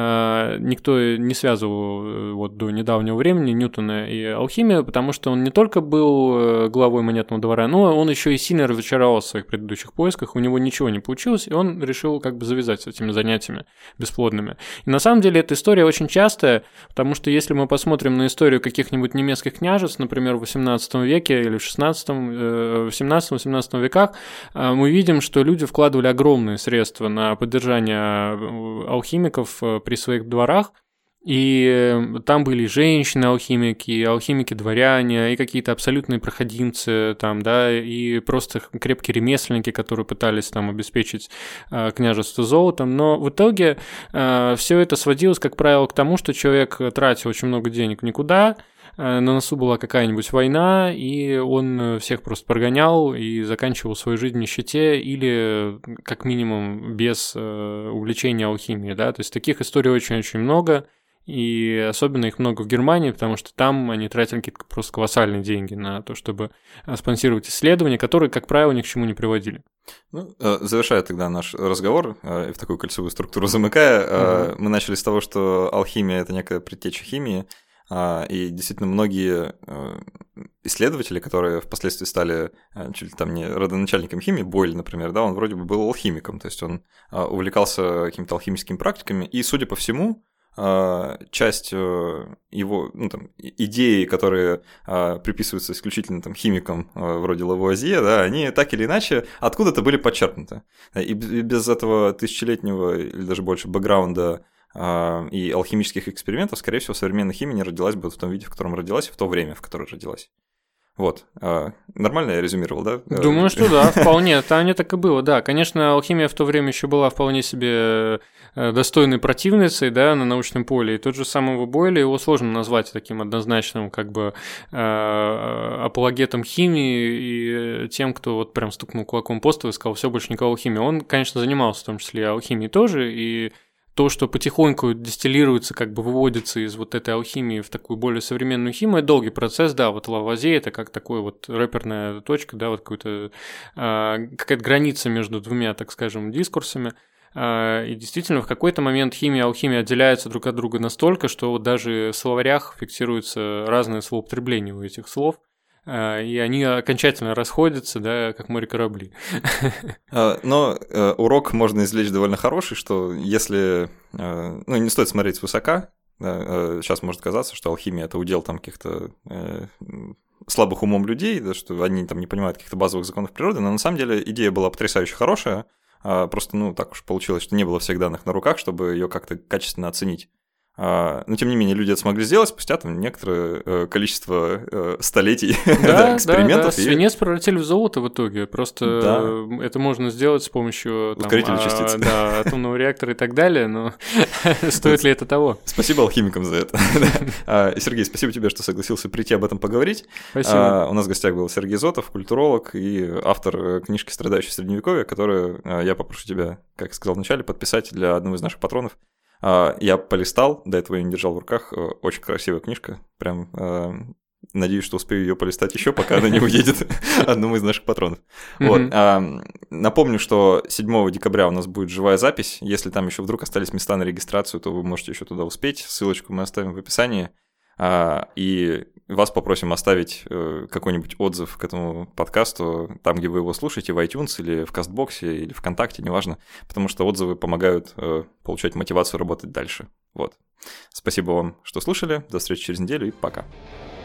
никто не связывал вот до недавнего времени Ньютона и алхимию, потому что он не только был главой монетного двора, но он еще и сильно разочаровался в своих предыдущих поисках, у него ничего не получилось, и он решил как бы завязать с этими занятиями бесплодными. И на самом деле эта история очень частая, потому что если мы посмотрим на историю каких-нибудь немецких княжеств, например, в XVIII веке или в 17-18 веках, мы видим, что люди вкладывали огромные средства на поддержание алхимиков при своих дворах, и там были женщины-алхимики, алхимики-дворяне, и какие-то абсолютные проходимцы, там, да, и просто крепкие ремесленники, которые пытались там обеспечить княжество золотом. Но в итоге все это сводилось, как правило, к тому, что человек тратил очень много денег в никуда, на носу была какая-нибудь война, и он всех просто прогонял и заканчивал свою жизнь в нищете или, как минимум, без увлечения алхимией, да, то есть таких историй очень-очень много. И особенно их много в Германии, потому что там они тратили какие-то просто колоссальные деньги на то, чтобы спонсировать исследования, которые, как правило, ни к чему не приводили. Завершая тогда наш разговор, в такую кольцевую структуру замыкая, мы начали с того, что алхимия – это некая предтеча химии, и действительно многие исследователи, которые впоследствии стали чуть ли там не родоначальником химии, Бойль, например, да, он вроде бы был алхимиком, то есть он увлекался какими-то алхимическими практиками, и, судя по всему, часть его идеи, которые приписываются исключительно там, химикам вроде Лавуазье, да, они так или иначе откуда-то были подчеркнуты. И без этого тысячелетнего или даже больше бэкграунда и алхимических экспериментов, скорее всего, современная химия не родилась бы в том виде, в котором родилась, и в то время, в которое родилась. Вот. Нормально я резюмировал, да? Думаю, что да, вполне. Там так и было, да. Конечно, алхимия в то время еще была вполне себе достойной противницей, да, на научном поле. И тот же самого Бойля, его сложно назвать таким однозначным, как бы, апологетом химии и тем, кто вот прям стукнул кулаком по столу и сказал, все, больше никакой алхимии. Он, конечно, занимался в том числе алхимией тоже, и то, что потихоньку дистиллируется, как бы выводится из вот этой алхимии в такую более современную химию, это долгий процесс, да, вот Лавуазье это как такой вот рэперная точка, да, вот какая-то граница между двумя, так скажем, дискурсами, и действительно в какой-то момент химия и алхимия отделяются друг от друга настолько, что вот даже в словарях фиксируются разные словоупотребления у этих слов, и они окончательно расходятся, да, как море-корабли. Но урок можно извлечь довольно хороший, что если... Ну, не стоит смотреть свысока. Да, сейчас может казаться, что алхимия – это удел там каких-то слабых умом людей, да, что они там не понимают каких-то базовых законов природы, но на самом деле идея была потрясающе хорошая, просто, ну, так уж получилось, что не было всех данных на руках, чтобы ее как-то качественно оценить. Но, тем не менее, люди это смогли сделать спустя там некоторое количество столетий экспериментов. Да. Свинец превратили в золото в итоге. Просто это можно сделать с помощью ускорителя частиц. Да, атомного реактора и так далее, но стоит ли это того? Спасибо алхимикам за это. Сергей, спасибо тебе, что согласился прийти об этом поговорить. Спасибо. У нас в гостях был Сергей Зотов, культуролог и автор книжки «Страдающий средневековье», которую я попрошу тебя, как сказал вначале, подписать для одного из наших патронов. Я полистал, до этого я не держал в руках, очень красивая книжка, прям надеюсь, что успею ее полистать еще, пока она не уедет одному из наших патронов. Вот. Напомню, что 7 декабря у нас будет живая запись, если там еще вдруг остались места на регистрацию, то вы можете еще туда успеть, ссылочку мы оставим в описании, и вас попросим оставить какой-нибудь отзыв к этому подкасту, там, где вы его слушаете, в iTunes или в Кастбоксе или ВКонтакте, неважно, потому что отзывы помогают получать мотивацию работать дальше. Вот. Спасибо вам, что слушали, до встречи через неделю и пока.